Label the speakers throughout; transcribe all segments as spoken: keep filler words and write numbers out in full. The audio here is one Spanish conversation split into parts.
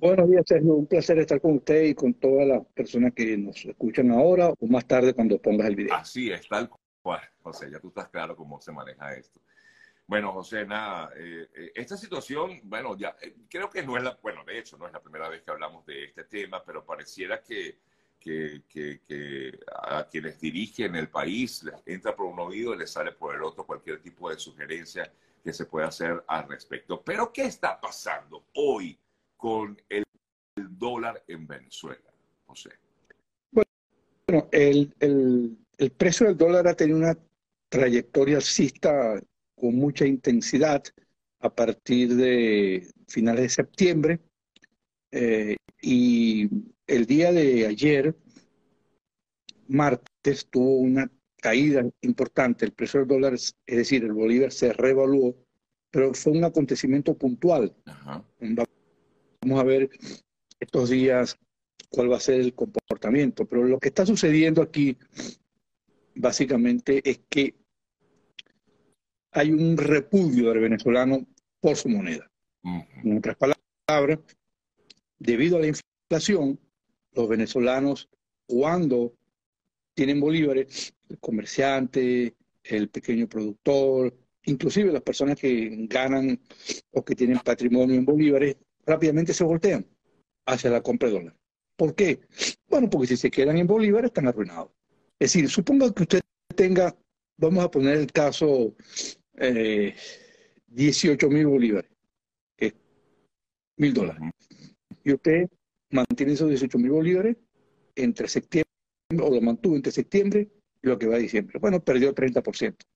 Speaker 1: Buenos días, Sergio. Un placer estar con usted y con todas las personas que nos escuchan ahora o más tarde cuando pongas el video.
Speaker 2: Así es, tal cual. José, ya tú estás claro cómo se maneja esto. Bueno, José, nada, eh, eh, esta situación, bueno, ya eh, creo que no es la, bueno, de hecho, no es la primera vez que hablamos de este tema, pero pareciera que, que, que, que a quienes dirigen el país les entra por un oído y les sale por el otro cualquier tipo de sugerencia que se pueda hacer al respecto. Pero, ¿qué está pasando hoy con el dólar en Venezuela, José?
Speaker 1: Bueno, el, el, el precio del dólar ha tenido una trayectoria alcista con mucha intensidad a partir de finales de septiembre eh, y el día de ayer, martes, tuvo una caída importante. El precio del dólar, es decir, el bolívar se revaluó, pero fue un acontecimiento puntual.
Speaker 2: Ajá.
Speaker 1: Vamos a ver estos días cuál va a ser el comportamiento. Pero lo que está sucediendo aquí básicamente es que hay un repudio del venezolano por su moneda.
Speaker 2: Uh-huh.
Speaker 1: En otras palabras, debido a la inflación, los venezolanos, cuando tienen bolívares, el comerciante, el pequeño productor, inclusive las personas que ganan o que tienen patrimonio en bolívares, rápidamente se voltean hacia la compra de dólares. ¿Por qué? Bueno, porque si se quedan en bolívares están arruinados. Es decir, suponga que usted tenga, vamos a poner el caso, eh, dieciocho mil bolívares, que es mil dólares.
Speaker 2: Uh-huh.
Speaker 1: Y usted mantiene esos dieciocho mil bolívares entre septiembre, o lo mantuvo entre septiembre y lo que va a diciembre. Bueno, perdió treinta por ciento.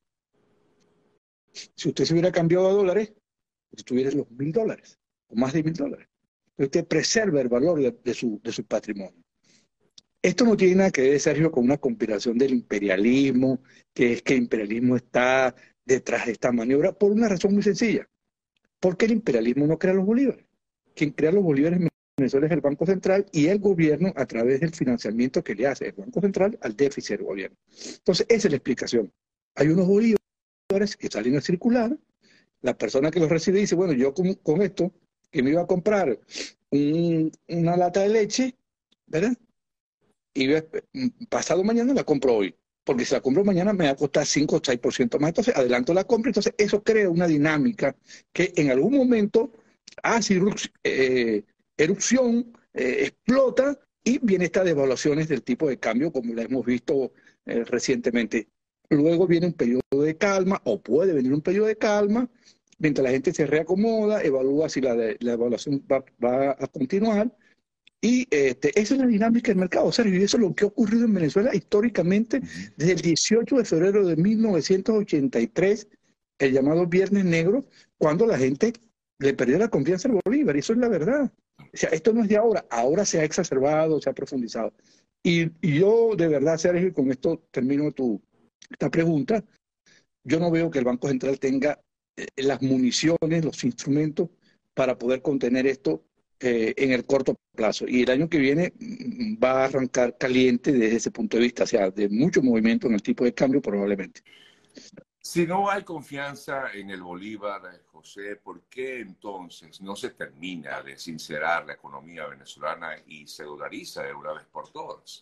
Speaker 1: Si usted se hubiera cambiado a dólares, usted tuviera los mil dólares, o más de mil dólares. Usted preserva el valor de, de, su, de su patrimonio. Esto no tiene nada que ver, Sergio, con una conspiración del imperialismo, que es que el imperialismo está detrás de esta maniobra, por una razón muy sencilla. Porque el imperialismo no crea los bolívares. Quien crea los bolívares en Venezuela es el Banco Central y el gobierno a través del financiamiento que le hace el Banco Central al déficit del gobierno. Entonces, esa es la explicación. Hay unos bolívares que salen a circular, la persona que los recibe dice, bueno, yo con, con esto, que me iba a comprar un, una lata de leche, ¿verdad? Y pasado mañana la compro hoy, porque si la compro mañana me va a costar cinco o seis por ciento más, entonces adelanto la compra, entonces eso crea una dinámica que en algún momento hace eh, erupción, eh, explota y viene estas devaluaciones del tipo de cambio como la hemos visto eh, recientemente. Luego viene un periodo de calma, o puede venir un periodo de calma, mientras la gente se reacomoda, evalúa si la, la evaluación va, va a continuar. Y este, esa es la dinámica del mercado, Sergio, y eso es lo que ha ocurrido en Venezuela históricamente desde el dieciocho de febrero de mil novecientos ochenta y tres, el llamado Viernes Negro, cuando la gente le perdió la confianza al Bolívar, y eso es la verdad. O sea, esto no es de ahora, ahora se ha exacerbado, se ha profundizado. Y, y yo, de verdad, Sergio, y con esto termino tu, esta pregunta, yo no veo que el Banco Central tenga eh, las municiones, los instrumentos para poder contener esto eh, en el corto plazo. Y el año que viene mm, va a arrancar caliente desde ese punto de vista, o sea, de mucho movimiento en el tipo de cambio probablemente.
Speaker 2: Si no hay confianza en el Bolívar, José, ¿por qué entonces no se termina de sincerar la economía venezolana y se dolariza de una vez por todas?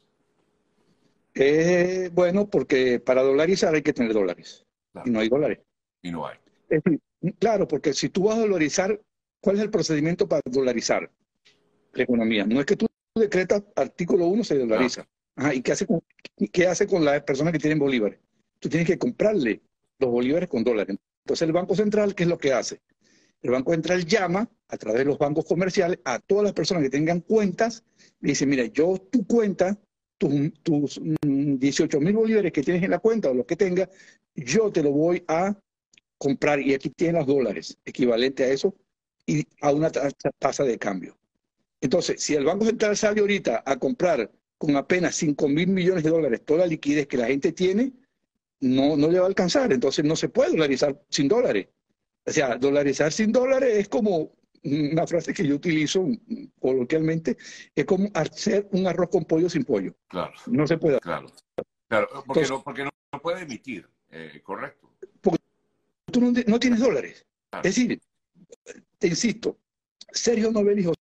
Speaker 1: Eh, bueno, porque para dolarizar hay que tener dólares,
Speaker 2: Claro.
Speaker 1: y no hay dólares.
Speaker 2: Y no hay.
Speaker 1: Es decir, claro, porque si tú vas a dolarizar, ¿cuál es el procedimiento para dolarizar la economía? No es que tú decretas artículo uno, se dolariza.
Speaker 2: Claro.
Speaker 1: Ajá, ¿y qué hace con, qué hace con las personas que tienen bolívares? Tú tienes que comprarle los bolívares con dólares. Entonces el Banco Central, ¿qué es lo que hace? El Banco Central llama a través de los bancos comerciales a todas las personas que tengan cuentas y dice, mira, yo tu cuenta, tus, tus mm, dieciocho mil bolívares que tienes en la cuenta o los que tengas, yo te lo voy a comprar y aquí tienes los dólares equivalente a eso y a una tasa de cambio. Entonces, si el Banco Central sale ahorita a comprar con apenas cinco mil millones de dólares toda la liquidez que la gente tiene, no, no le va a alcanzar. Entonces no se puede dolarizar sin dólares. O sea, dolarizar sin dólares es como una frase que yo utilizo coloquialmente, es como hacer un arroz con pollo sin pollo.
Speaker 2: Claro.
Speaker 1: No se puede.
Speaker 2: Claro. Claro. Porque,
Speaker 1: Entonces,
Speaker 2: no, porque no, no puede emitir, eh, correcto.
Speaker 1: Porque tú no, no tienes dólares.
Speaker 2: Claro.
Speaker 1: Es decir, te insisto, Sergio Nobel y José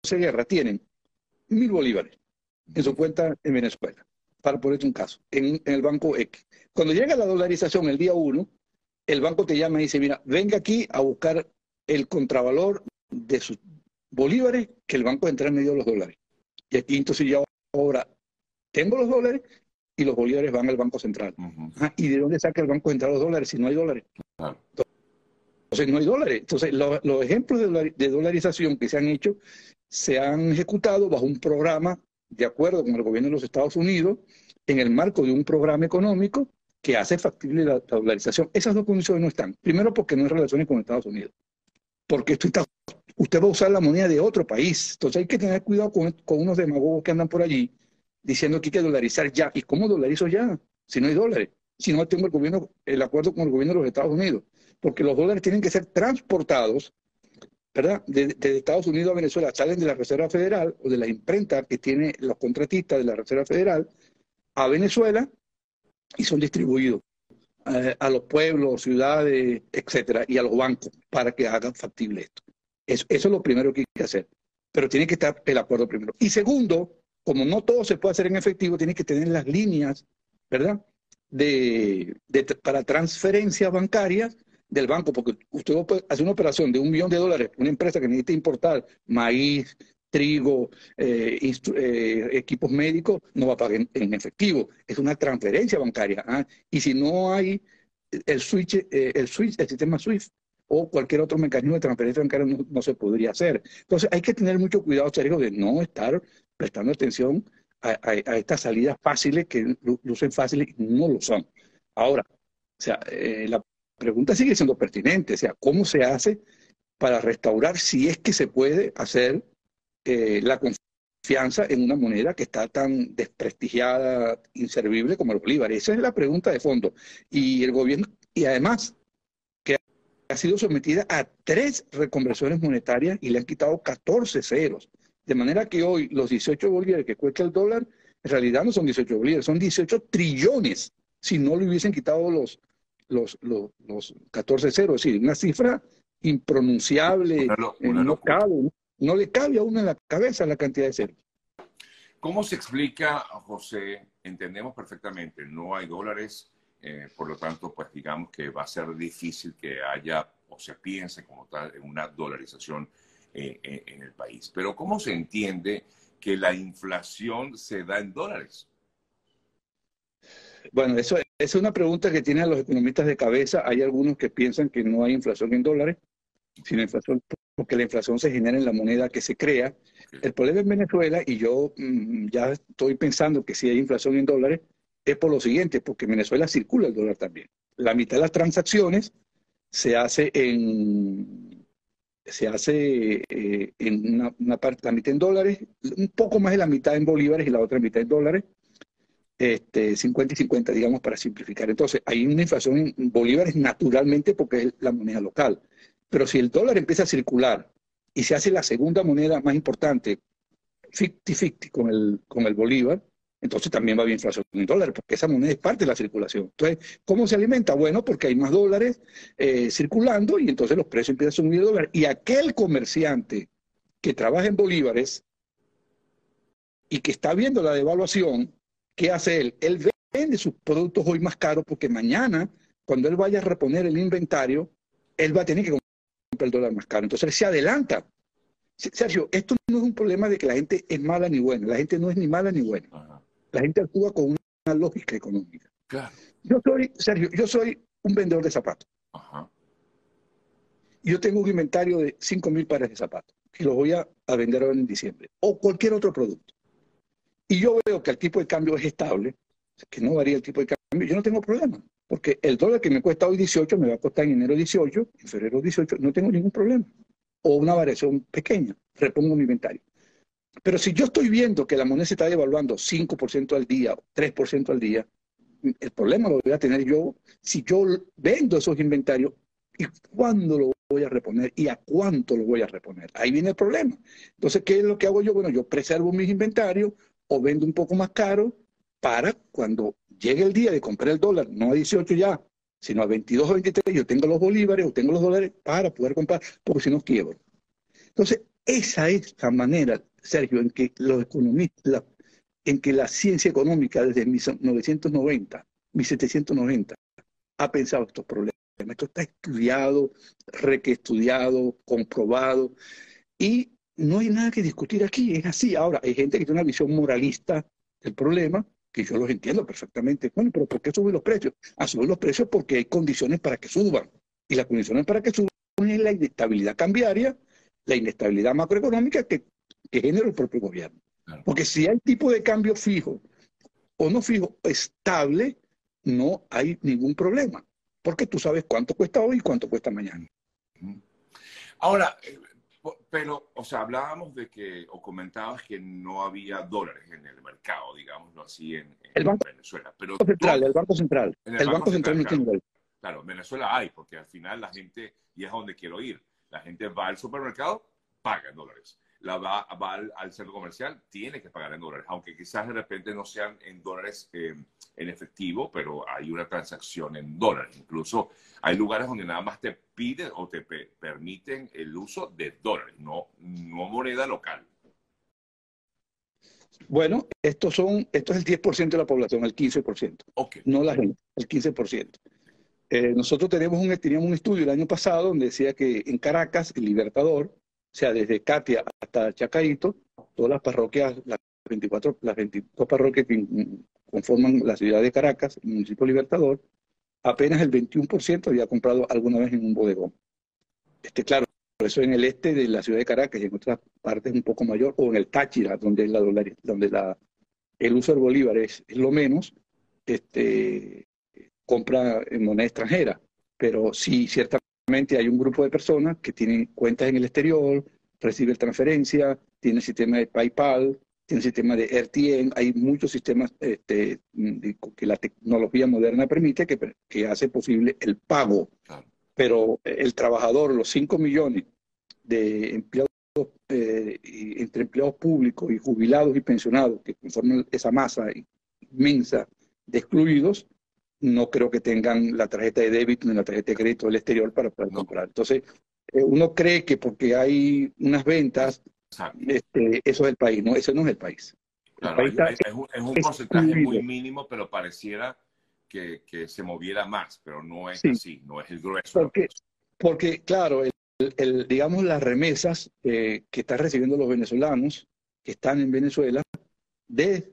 Speaker 1: guerra tienen mil bolívares en su cuenta en Venezuela, para ponerte un caso, en, en el banco X. Cuando llega la dolarización el día uno, el banco te llama y dice, mira, venga aquí a buscar el contravalor de sus bolívares, que el banco entra en medio de los dólares. Y aquí entonces yo ahora tengo los dólares y los bolívares van al Banco Central. Uh-huh. Ah, ¿y de dónde saca el Banco Central los dólares si no hay dólares? Uh-huh. Entonces no hay dólares. Entonces los, los ejemplos de, dolar, de dolarización que se han hecho se han ejecutado bajo un programa de acuerdo con el gobierno de los Estados Unidos en el marco de un programa económico que hace factible la, la dolarización. Esas dos condiciones no están. Primero porque no hay relaciones con Estados Unidos. Porque esto está, usted va a usar la moneda de otro país. Entonces hay que tener cuidado con, con unos demagogos que andan por allí diciendo que hay que dolarizar ya. ¿Y cómo dolarizo ya? Si no hay dólares. Si no tengo el gobierno, el acuerdo con el gobierno de los Estados Unidos. Porque los dólares tienen que ser transportados, ¿verdad? Desde de Estados Unidos a Venezuela. Salen de la Reserva Federal o de la imprenta que tiene los contratistas de la Reserva Federal a Venezuela y son distribuidos eh, a los pueblos, ciudades, etcétera, y a los bancos para que hagan factible esto. Eso, eso es lo primero que hay que hacer. Pero tiene que estar el acuerdo primero. Y segundo, como no todo se puede hacer en efectivo, tiene que tener las líneas, ¿verdad? De, de, para transferencias bancarias del banco, porque usted puede hacer una operación de un millón de dólares, una empresa que necesita importar maíz, trigo, eh, eh, equipos médicos, no va a pagar en, en efectivo. Es una transferencia bancaria. ¿ah? Y si no hay el switch, eh, el switch, el sistema SWIFT o cualquier otro mecanismo de transferencia bancaria no, no se podría hacer. Entonces hay que tener mucho cuidado, Sergio, de no estar prestando atención a, a, a estas salidas fáciles que lucen fáciles y no lo son. Ahora, o sea, eh, la pregunta sigue siendo pertinente, o sea, ¿cómo se hace para restaurar, si es que se puede hacer, eh, la confianza en una moneda que está tan desprestigiada, inservible como el bolívar? Esa es la pregunta de fondo. Y el gobierno, y además, que ha sido sometida a tres reconversiones monetarias y le han quitado catorce ceros. De manera que hoy los dieciocho bolívares que cuesta el dólar, en realidad no son dieciocho bolívares, son dieciocho trillones, si no le hubiesen quitado los, los, los, los catorce ceros. Es decir, una cifra impronunciable, una, una no, cabe, no, no le cabe a uno en la cabeza la cantidad de ceros.
Speaker 2: ¿Cómo se explica, José? Entendemos perfectamente, no hay dólares, eh, por lo tanto, pues digamos que va a ser difícil que haya, o se piense como tal, en una dolarización eh, eh, en el país. Pero ¿cómo se entiende que la inflación se da en dólares?
Speaker 1: Bueno, eso es una pregunta que tienen los economistas de cabeza. Hay algunos que piensan que no hay inflación en dólares, sino inflación porque la inflación se genera en la moneda que se crea. Okay. El problema en Venezuela, y yo mmm, ya estoy pensando que si hay inflación en dólares, es por lo siguiente, porque en Venezuela circula el dólar también. La mitad de las transacciones se hace en, se hace, eh, en una, una parte, la mitad en dólares, un poco más de la mitad en bolívares y la otra mitad en dólares. Este, cincuenta y cincuenta, digamos, para simplificar. Entonces, hay una inflación en bolívares naturalmente porque es la moneda local. Pero si el dólar empieza a circular y se hace la segunda moneda más importante, cincuenta cincuenta con el, con el bolívar, entonces también va a haber inflación en dólares, porque esa moneda es parte de la circulación. Entonces, ¿cómo se alimenta? Bueno, porque hay más dólares eh, circulando y entonces los precios empiezan a subir el dólar. Y aquel comerciante que trabaja en bolívares y que está viendo la devaluación, ¿qué hace él? Él vende sus productos hoy más caros porque mañana, cuando él vaya a reponer el inventario, él va a tener que comprar el dólar más caro. Entonces él se adelanta. Sergio, esto no es un problema de que la gente es mala ni buena. La gente no es ni mala ni buena. Ajá. La gente actúa con una lógica económica. Claro. Yo soy, Sergio, yo soy un vendedor de zapatos. Ajá. Yo tengo un inventario de cinco mil pares de zapatos y los voy a, a vender ahora en diciembre. O cualquier otro producto. Y yo veo que el tipo de cambio es estable, que no varía el tipo de cambio, yo no tengo problema. Porque el dólar que me cuesta hoy dieciocho me va a costar en enero dieciocho, en febrero dieciocho, no tengo ningún problema. O una variación pequeña, repongo mi inventario. Pero si yo estoy viendo que la moneda se está devaluando cinco por ciento al día, tres por ciento al día, el problema lo voy a tener yo si yo vendo esos inventarios y cuándo lo voy a reponer y a cuánto lo voy a reponer. Ahí viene el problema. Entonces, ¿qué es lo que hago yo? Bueno, yo preservo mis inventarios o vendo un poco más caro para cuando llegue el día de comprar el dólar, no a dieciocho ya, sino a veintidós o veintitrés, yo tengo los bolívares o tengo los dólares para poder comprar, porque si no quiebro. Entonces, esa es la manera, Sergio, en que los economistas, la, en que la ciencia económica desde mil novecientos noventa, mil setecientos noventa, ha pensado estos problemas. Esto está estudiado, requestudiado, comprobado, y no hay nada que discutir aquí, es así. Ahora, hay gente que tiene una visión moralista del problema, que yo los entiendo perfectamente. Bueno, pero ¿por qué suben los precios? Ah, suben los precios porque hay condiciones para que suban. Y las condiciones para que suban es la inestabilidad cambiaria, la inestabilidad macroeconómica que, que genera el propio gobierno. Porque si hay tipo de cambio fijo o no fijo, estable, no hay ningún problema. Porque tú sabes cuánto cuesta hoy y cuánto cuesta mañana.
Speaker 2: Ahora, pero, o sea, hablábamos de que, o comentabas que no había dólares en el mercado, digámoslo así, en, en
Speaker 1: el banco
Speaker 2: Venezuela. Pero
Speaker 1: central,
Speaker 2: todo,
Speaker 1: el Banco Central.
Speaker 2: En el,
Speaker 1: el
Speaker 2: Banco,
Speaker 1: Banco Central,
Speaker 2: Central,
Speaker 1: no
Speaker 2: claro,
Speaker 1: tiene.
Speaker 2: claro, en Venezuela hay, porque al final la gente, y es a donde quiero ir, la gente va al supermercado, paga en dólares. La va, va al, al centro comercial, tiene que pagar en dólares, aunque quizás de repente no sean en dólares eh, en efectivo, pero hay una transacción en dólares. Incluso hay lugares donde nada más te piden o te pe permiten el uso de dólares, no, no moneda local.
Speaker 1: Bueno, estos son, esto es el diez por ciento de la población, el quince por ciento.
Speaker 2: Okay.
Speaker 1: No la gente, el quince por ciento. Eh, nosotros tenemos un, teníamos un estudio el año pasado donde decía que en Caracas, el Libertador, o sea, desde Catia hasta Chacaíto, todas las parroquias, las veinticuatro, las veintidós parroquias que conforman la ciudad de Caracas, el municipio Libertador, apenas el veintiuno por ciento había comprado alguna vez en un bodegón. Este, claro, por eso en el este de la ciudad de Caracas y en otras partes un poco mayor, o en el Táchira, donde, la dolar, donde la, el uso del bolívar es, es lo menos, este, compra en moneda extranjera. Pero sí, ciertamente hay un grupo de personas que tienen cuentas en el exterior, reciben transferencia, tienen sistema de PayPal, tienen sistema de R T N, hay muchos sistemas este, que la tecnología moderna permite, que, que hace posible el pago. Pero el trabajador, los cinco millones de empleados, eh, entre empleados públicos y jubilados y pensionados que conforman esa masa inmensa de excluidos, no creo que tengan la tarjeta de débito ni la tarjeta de crédito del exterior para poder no. comprar. Entonces, eh, uno cree que porque hay unas ventas, este, eso es el país. No, eso no es el país.
Speaker 2: Claro, el país es, es, un, es un porcentaje muy mínimo, pero pareciera que, que se moviera más, pero no es sí. así, no es el grueso.
Speaker 1: Porque, porque claro, el, el, digamos las remesas eh, que están recibiendo los venezolanos que están en Venezuela, de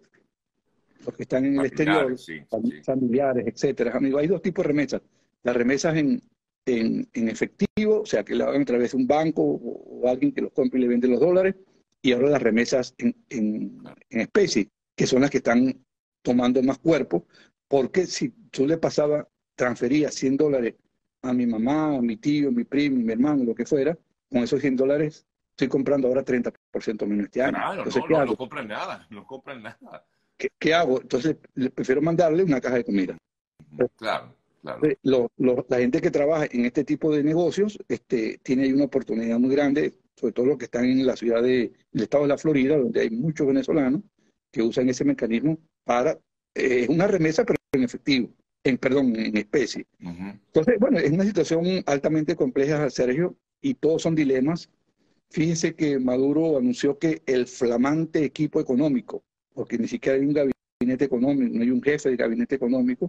Speaker 1: los que están en el exterior,
Speaker 2: sí,
Speaker 1: familiares, sí. etcétera. Amigo, hay dos tipos de remesas. Las remesas en, en, en efectivo, o sea, que la hagan a través de un banco o, o alguien que los compre y le vende los dólares, y ahora las remesas en, en, en especie, que son las que están tomando más cuerpo, porque si tú le pasabas, transferías cien dólares a mi mamá, a mi tío, a mi primo, a mi hermano, lo que fuera, con esos cien dólares estoy comprando ahora treinta por ciento menos este año.
Speaker 2: Claro,
Speaker 1: Entonces,
Speaker 2: no,
Speaker 1: ¿qué
Speaker 2: no,
Speaker 1: hago?
Speaker 2: no compran nada, no compran nada.
Speaker 1: ¿Qué, ¿Qué hago? Entonces, le prefiero mandarle una caja de comida.
Speaker 2: Claro, claro.
Speaker 1: Lo, lo, la gente que trabaja en este tipo de negocios este, tiene ahí una oportunidad muy grande, sobre todo los que están en la ciudad de, del estado de la Florida, donde hay muchos venezolanos que usan ese mecanismo para, eh, una remesa, pero en efectivo, en, perdón, en especie. Uh-huh. Entonces, bueno, es una situación altamente compleja, Sergio, y todos son dilemas. Fíjese que Maduro anunció que el flamante equipo económico, porque ni siquiera hay un gabinete económico, no hay un jefe de gabinete económico,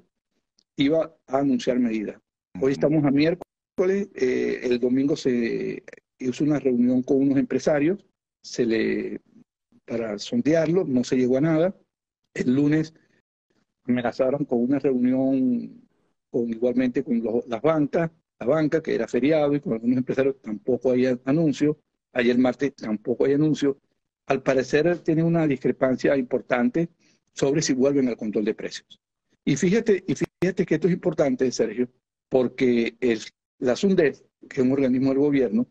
Speaker 1: iba a anunciar medidas. Hoy estamos a miércoles, eh, el domingo se hizo una reunión con unos empresarios se le, para sondearlo, no se llegó a nada. El lunes amenazaron con una reunión con, igualmente con los, las bancas, la banca que era feriado y con algunos empresarios tampoco hay anuncio. Ayer martes tampoco hay anuncio. Al parecer tiene una discrepancia importante sobre si vuelven al control de precios. Y fíjate, y fíjate que esto es importante, Sergio, porque el, la SUNDEF, que es un organismo del gobierno,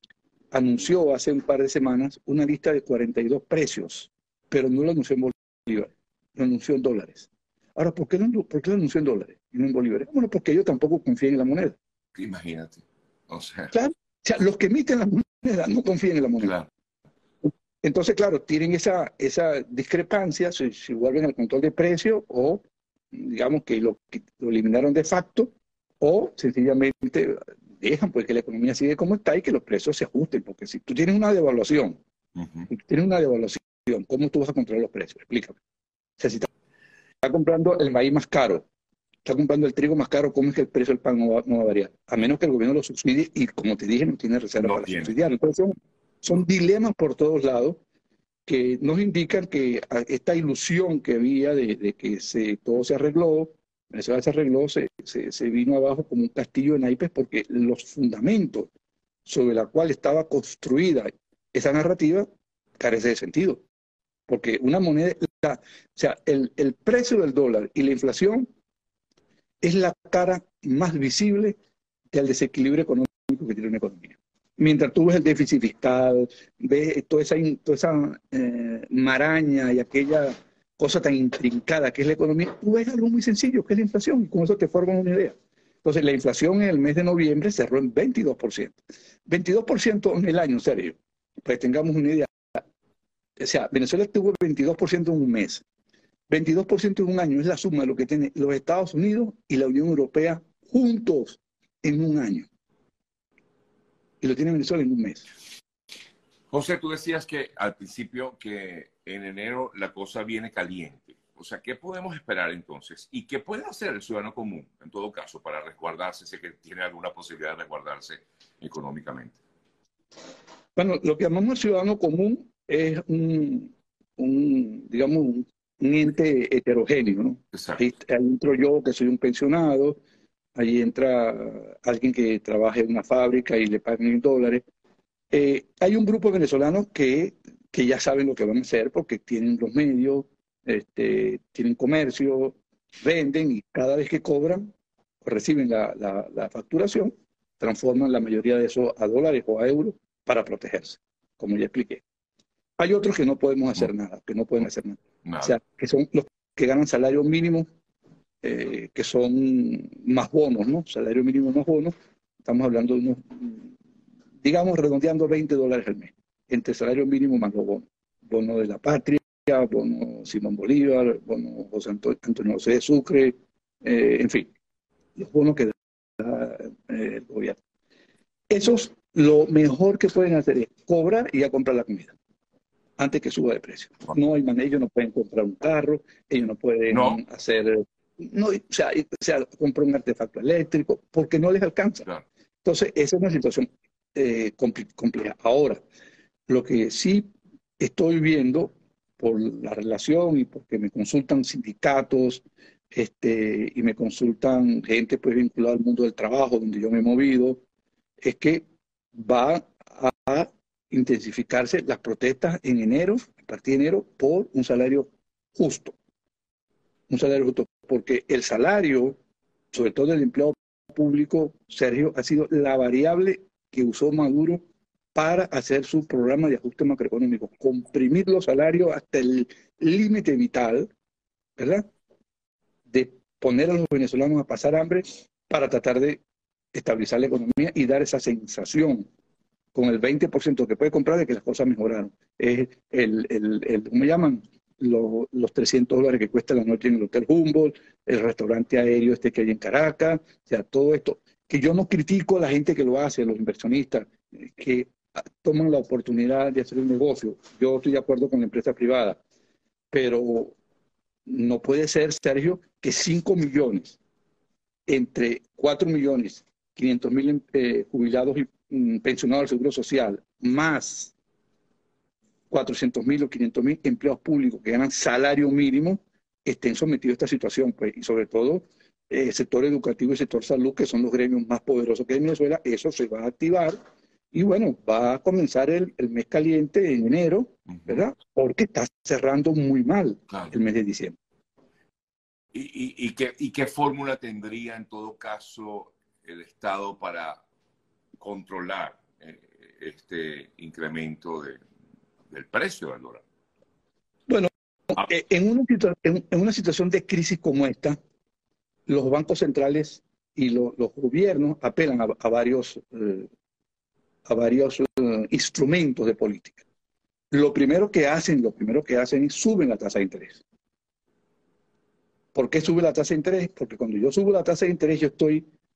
Speaker 1: anunció hace un par de semanas una lista de cuarenta y dos precios, pero no lo anunció en bolívares, lo anunció en dólares. Ahora, ¿por qué, no, ¿por qué lo anunció en dólares y no en bolívares? Bueno, porque ellos tampoco confían en la moneda.
Speaker 2: Imagínate. O sea,
Speaker 1: claro, o sea, los que emiten la moneda no confían en la moneda.
Speaker 2: Claro.
Speaker 1: Entonces, claro, tienen esa, esa discrepancia, si, si vuelven al control de precios o digamos que lo, que lo eliminaron de facto o sencillamente dejan pues que la economía sigue como está y que los precios se ajusten, porque si tú tienes una devaluación,
Speaker 2: Ujú.
Speaker 1: si tú tienes una devaluación, ¿cómo tú vas a controlar los precios? Explícame. O sea, si estás comprando el maíz más caro, estás comprando el trigo más caro, ¿cómo es que el precio del pan no va, no va a variar? A menos que el gobierno lo subsidie y, como te dije, no tiene reserva
Speaker 2: No
Speaker 1: para
Speaker 2: tiene.
Speaker 1: subsidiar. Entonces son, son
Speaker 2: No.
Speaker 1: dilemas por todos lados que nos indican que a- esta ilusión que había de, de que se, todo se arregló, Venezuela se arregló, se, se, se vino abajo como un castillo de naipes porque los fundamentos sobre la cual estaba construida esa narrativa carece de sentido. Porque una moneda, la- o sea, el, el precio del dólar y la inflación es la cara más visible del desequilibrio económico que tiene una economía. Mientras tú ves el déficit fiscal, ves toda esa, toda esa eh, maraña y aquella cosa tan intrincada que es la economía, tú ves algo muy sencillo, que es la inflación, y con eso te forman una idea. Entonces, la inflación en el mes de noviembre cerró en veintidós por ciento. veintidós por ciento en el año, en serio. Pues tengamos una idea. O sea, Venezuela tuvo veintidós por ciento en un mes. veintidós por ciento en un año es la suma de lo que tienen los Estados Unidos y la Unión Europea juntos en un año. Y lo tiene Venezuela en un mes.
Speaker 2: José, tú decías que al principio que en enero la cosa viene caliente. O sea, ¿qué podemos esperar entonces? ¿Y qué puede hacer el ciudadano común, en todo caso, para resguardarse, si es que tiene alguna posibilidad de resguardarse económicamente?
Speaker 1: Bueno, lo que llamamos el ciudadano común es un, un digamos, un, un ente heterogéneo, ¿no? Ahí,
Speaker 2: Exacto.
Speaker 1: ahí entro yo, que soy un pensionado, ahí entra alguien que trabaja en una fábrica y le pagan en dólares. Eh, hay un grupo de venezolanos que, que ya saben lo que van a hacer porque tienen los medios, este, tienen comercio, venden y cada vez que cobran o reciben la, la, la facturación, transforman la mayoría de eso a dólares o a euros para protegerse, como ya expliqué. Hay otros que no podemos
Speaker 2: No,
Speaker 1: hacer nada, que no pueden
Speaker 2: no,
Speaker 1: hacer nada. O
Speaker 2: nada.
Speaker 1: sea, que son los que ganan salario mínimo, eh, que son más bonos, ¿no? Salario mínimo más bonos. Estamos hablando de unos, digamos, redondeando veinte dólares al mes, entre salario mínimo más los bonos. Bono de la patria, bono Simón Bolívar, bono José Antonio, Antonio José de Sucre, eh, en fin, los bonos que da eh, el gobierno. Esos lo mejor que pueden hacer es cobrar y ya comprar la comida antes que suba de precio. No hay manera, ellos no pueden comprar un carro, ellos no
Speaker 2: No,
Speaker 1: pueden hacer, no, o sea, o sea, comprar un artefacto eléctrico porque no les alcanza.
Speaker 2: claro.
Speaker 1: Entonces, esa es una situación eh, compleja. Ahora, lo que sí estoy viendo por la relación y porque me consultan sindicatos este, y me consultan gente pues vinculada al mundo del trabajo, donde yo me he movido, es que va a intensificarse las protestas en enero, a partir de enero, por un salario justo. Un salario justo, porque el salario, sobre todo del empleado público, Sergio, ha sido la variable que usó Maduro para hacer su programa de ajuste macroeconómico, comprimir los salarios hasta el límite vital, ¿verdad? De poner a los venezolanos a pasar hambre para tratar de estabilizar la economía y dar esa sensación con el veinte por ciento que puede comprar de que las cosas mejoraron. Es el, el, el ¿cómo llaman? Los, los trescientos dólares que cuesta la noche en el Hotel Humboldt, el restaurante aéreo este que hay en Caracas, o sea, todo esto. Que yo no critico a la gente que lo hace, a los inversionistas, que toman la oportunidad de hacer un negocio. Yo estoy de acuerdo con la empresa privada, pero no puede ser, Sergio, que cinco millones, entre cuatro millones quinientos mil eh, jubilados y mm, pensionados del Seguro Social, más cuatrocientos mil o quinientos mil empleados públicos que ganan salario mínimo, estén sometidos a esta situación, pues, y sobre todo el eh, sector educativo y el sector salud, que son los gremios más poderosos que hay en Venezuela, eso se va a activar y bueno, va a comenzar el, el mes caliente en enero,
Speaker 2: Ujú,
Speaker 1: ¿verdad? Porque está cerrando muy mal
Speaker 2: claro.
Speaker 1: el mes de diciembre.
Speaker 2: ¿Y, y, y qué, y qué fórmula tendría en todo caso el Estado para controlar eh, este incremento de, del precio del dólar?
Speaker 1: Bueno,
Speaker 2: Ah,
Speaker 1: eh, en una, situa en, en una situación de crisis como esta, los bancos centrales y lo, los gobiernos apelan a, a varios, eh, a varios uh, instrumentos de política. Lo primero que hacen, lo primero que hacen es suben la tasa de interés. ¿Por qué sube la tasa de interés? Porque cuando yo subo la tasa de interés, yo estoy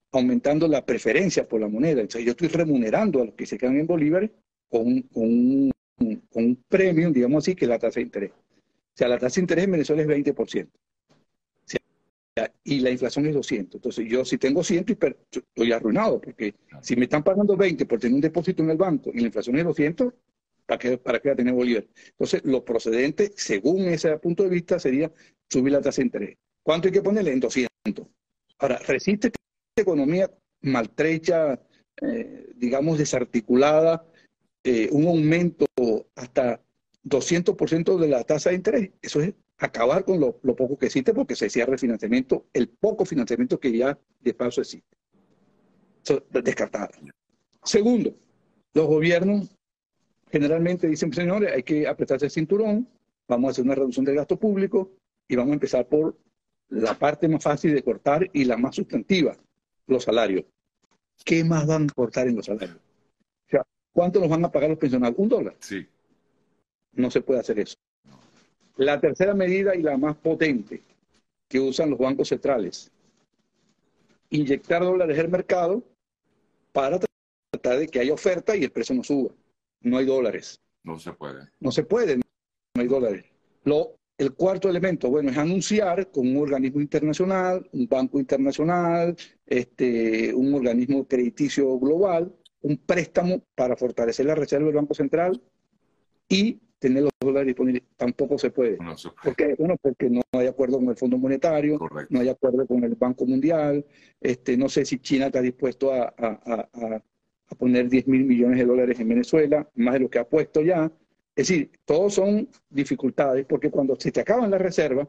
Speaker 1: aumentando la preferencia por la moneda. Entonces yo estoy remunerando a los que se quedan en bolívares con un, con un, con un premium, digamos así, que es la tasa de interés. O sea, la tasa de interés en Venezuela es veinte por ciento. O sea, y la inflación es doscientos. Entonces yo si tengo cien, estoy arruinado, porque si me están pagando veinte por tener un depósito en el banco y la inflación es doscientos, ¿para qué, para qué va a tener bolívar? Entonces lo procedente, según ese punto de vista, sería subir la tasa de interés. ¿Cuánto hay que ponerle? En doscientos. Ahora, resiste esta economía maltrecha, eh, digamos desarticulada, eh, un aumento hasta doscientos por ciento de la tasa de interés. Eso es acabar con lo, lo poco que existe, porque se cierra el financiamiento, el poco financiamiento que ya de paso existe. Eso es descartado. Segundo, los gobiernos generalmente dicen, señores, hay que apretarse el cinturón, vamos a hacer una reducción del gasto público y vamos a empezar por la parte más fácil de cortar y la más sustantiva, los salarios. ¿Qué más van a cortar en los salarios? O sea, ¿cuánto nos van a pagar los pensionados? ¿Un dólar?
Speaker 2: Sí.
Speaker 1: No se puede hacer eso. La tercera medida y la más potente que usan los bancos centrales, inyectar dólares al mercado para tratar de que haya oferta y el precio no suba. No hay dólares.
Speaker 2: No se puede.
Speaker 1: No se puede, no hay dólares. Lo, el cuarto elemento, bueno, es anunciar con un organismo internacional, un banco internacional, este, un organismo crediticio global, un préstamo para fortalecer la reserva del Banco Central y tener los dólares disponibles. Tampoco se puede.
Speaker 2: No se puede.
Speaker 1: ¿Por qué? Bueno, porque no hay acuerdo con el Fondo Monetario,
Speaker 2: Correcto.
Speaker 1: no hay acuerdo con el Banco Mundial, este, no sé si China está dispuesto a, a, a, a poner diez mil millones de dólares en Venezuela, más de lo que ha puesto ya. Es decir, todos son dificultades, porque cuando se te acaban las reservas,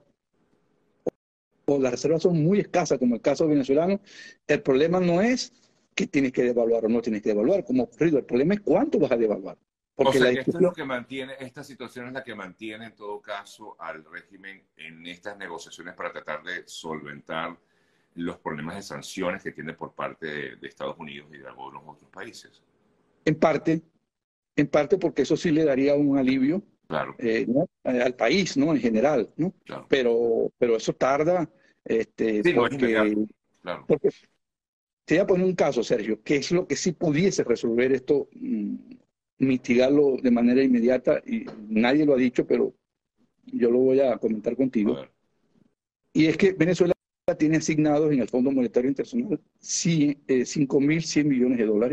Speaker 1: o las reservas son muy escasas, como el caso venezolano, el problema no es que tienes que devaluar o no tienes que devaluar, como ha ocurrido, el problema es cuánto vas a devaluar.
Speaker 2: Porque o sea,
Speaker 1: la
Speaker 2: discusión... esto es lo que mantiene, esta situación es la que mantiene en todo caso al régimen en estas negociaciones para tratar de solventar los problemas de sanciones que tiene por parte de, de Estados Unidos y de algunos otros países.
Speaker 1: En parte, en parte porque eso sí le daría un alivio,
Speaker 2: claro.
Speaker 1: eh, ¿no? al país, ¿no? En general, ¿no?
Speaker 2: Claro.
Speaker 1: Pero, pero eso tarda, este,
Speaker 2: sí,
Speaker 1: porque,
Speaker 2: no es claro.
Speaker 1: porque te voy a poner un caso, Sergio, que es lo que sí pudiese resolver esto, mmm, mitigarlo de manera inmediata, y nadie lo ha dicho, pero yo lo voy a comentar contigo.
Speaker 2: A
Speaker 1: y es que Venezuela tiene asignados en el Fondo Monetario Internacional cinco mil cien millones de dólares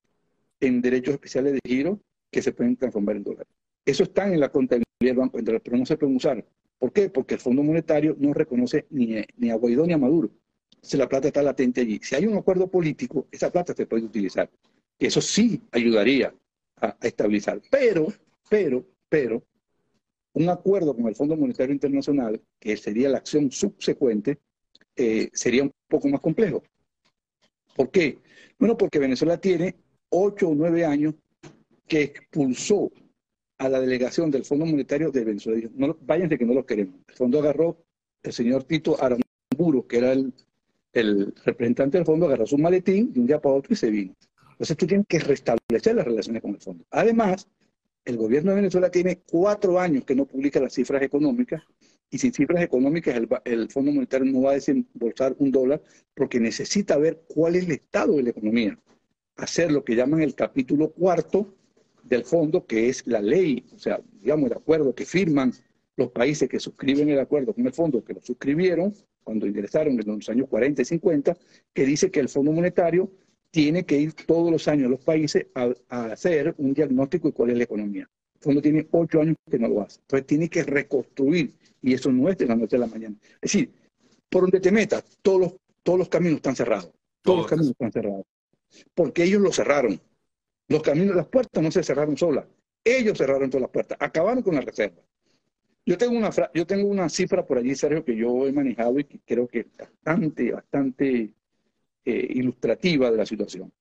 Speaker 1: en derechos especiales de giro que se pueden transformar en dólares. Eso está en la contabilidad del Banco Central, pero no se pueden usar. ¿Por qué? Porque el Fondo Monetario no reconoce ni, ni a Guaidó ni a Maduro. Entonces la plata está latente allí. Si hay un acuerdo político, esa plata se puede utilizar. Y eso sí ayudaría a, a estabilizar. Pero, pero, pero, un acuerdo con el Fondo Monetario Internacional, que sería la acción subsecuente, eh, sería un poco más complejo. ¿Por qué? Bueno, porque Venezuela tiene ocho o nueve años que expulsó a la delegación del Fondo Monetario de Venezuela. No, váyanse que no los queremos. El fondo agarró el señor Tito Aramburu, que era el, el representante del fondo, agarró su maletín de un día para otro y se vino. Entonces tú tienes que restablecer las relaciones con el fondo. Además, el gobierno de Venezuela tiene cuatro años que no publica las cifras económicas, y sin cifras económicas el, el Fondo Monetario no va a desembolsar un dólar porque necesita ver cuál es el estado de la economía. Hacer lo que llaman el capítulo cuarto del fondo, que es la ley, o sea, digamos, el acuerdo que firman los países que suscriben el acuerdo con el fondo, que lo suscribieron cuando ingresaron en los años cuarenta y cincuenta, que dice que el Fondo Monetario tiene que ir todos los años a los países a, a hacer un diagnóstico de cuál es la economía. El fondo tiene ocho años que no lo hace. Entonces tiene que reconstruir, y eso no es de la noche a la mañana. Es decir, por donde te metas, todos los, todos los caminos están cerrados. Todos los caminos están cerrados. Porque ellos lo cerraron. Los caminos, las puertas no se cerraron solas. Ellos cerraron todas las puertas. Acabaron con la reserva. Yo tengo una, yo tengo una cifra por allí, Sergio, que yo he manejado y que creo que es bastante, bastante eh, ilustrativa de la situación.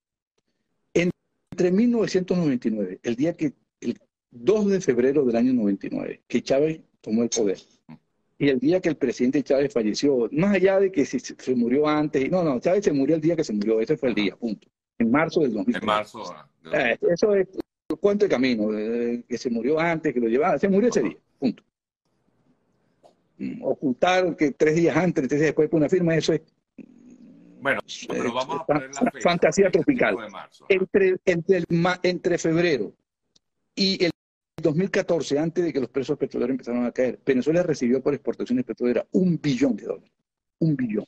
Speaker 1: Entre mil novecientos noventa y nueve, el día que, el dos de febrero del año noventa y nueve, que Chávez tomó el poder, y el día que el presidente Chávez falleció, más allá de que si se murió antes, no, no, Chávez se murió el día que se murió, ese fue el día, punto. En marzo del dos mil tres.
Speaker 2: En marzo. De
Speaker 1: eh, eso es cuento de camino, eh, que se murió antes, que lo llevaba, se murió ese día, punto. Mm, ocultar que tres días antes, tres días después de una firma, eso es
Speaker 2: Bueno, pero vamos a poner la fecha.
Speaker 1: Fantasía tropical.
Speaker 2: De marzo,
Speaker 1: entre, entre, el, entre febrero y el dos mil catorce, antes de que los precios petroleros empezaron a caer, Venezuela recibió por exportaciones petroleras un billón de dólares. Un billón.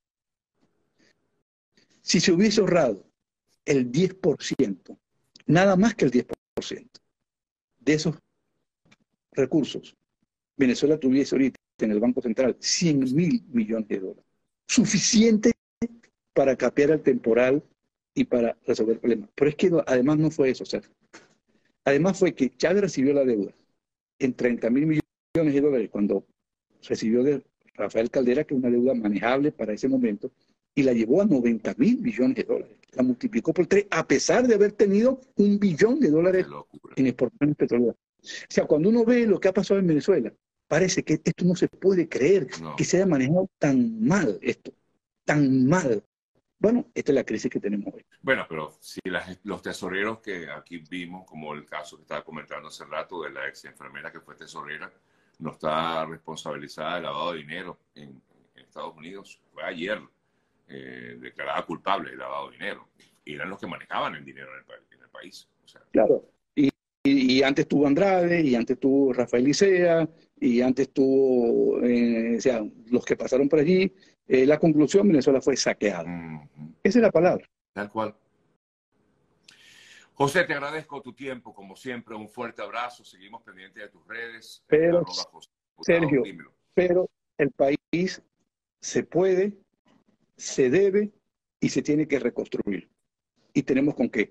Speaker 1: Si se hubiese ahorrado el diez por ciento, nada más que el diez por ciento de esos recursos, Venezuela tuviese ahorita en el Banco Central cien mil millones de dólares. Suficiente para capear el temporal y para resolver el problema. Pero es que no, además no fue eso. O sea, además fue que Chávez recibió la deuda en treinta mil millones de dólares cuando recibió de Rafael Caldera, que es una deuda manejable para ese momento, y la llevó a noventa mil millones de dólares. La multiplicó por tres, a pesar de haber tenido un billón de dólares en exportaciones petroleras. O sea, cuando uno ve lo que ha pasado en Venezuela, parece que esto no se puede creer, no. que se haya manejado tan mal esto, tan mal. Bueno, esta es la crisis que tenemos hoy.
Speaker 2: Bueno, pero si las, los tesoreros que aquí vimos, como el caso que estaba comentando hace rato de la ex enfermera que fue tesorera, no está responsabilizada de lavado de dinero en, en Estados Unidos, fue ayer eh, declarada culpable de lavado de dinero. Y eran los que manejaban el dinero en el, en el país. O sea,
Speaker 1: claro. Y, y, y antes tuvo Andrade, y antes tuvo Rafael Licea, y antes tuvo, eh, o sea, los que pasaron por allí. Eh, la conclusión, Venezuela fue saqueada. Mm-hmm. Esa es la palabra.
Speaker 2: Tal cual. José, te agradezco tu tiempo, como siempre, un fuerte abrazo, seguimos pendientes de tus redes.
Speaker 1: Pero, José, Sergio, dímelo. Pero el país se puede, se debe y se tiene que reconstruir. Y tenemos con qué.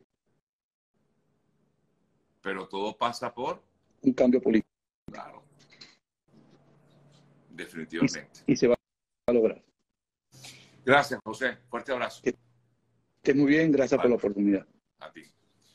Speaker 2: Pero todo pasa por
Speaker 1: un cambio político.
Speaker 2: Claro. Definitivamente.
Speaker 1: Y, y se va a lograr.
Speaker 2: Gracias, José. Fuerte abrazo.
Speaker 1: Que esté muy bien. Gracias vale. por la oportunidad.
Speaker 2: A ti.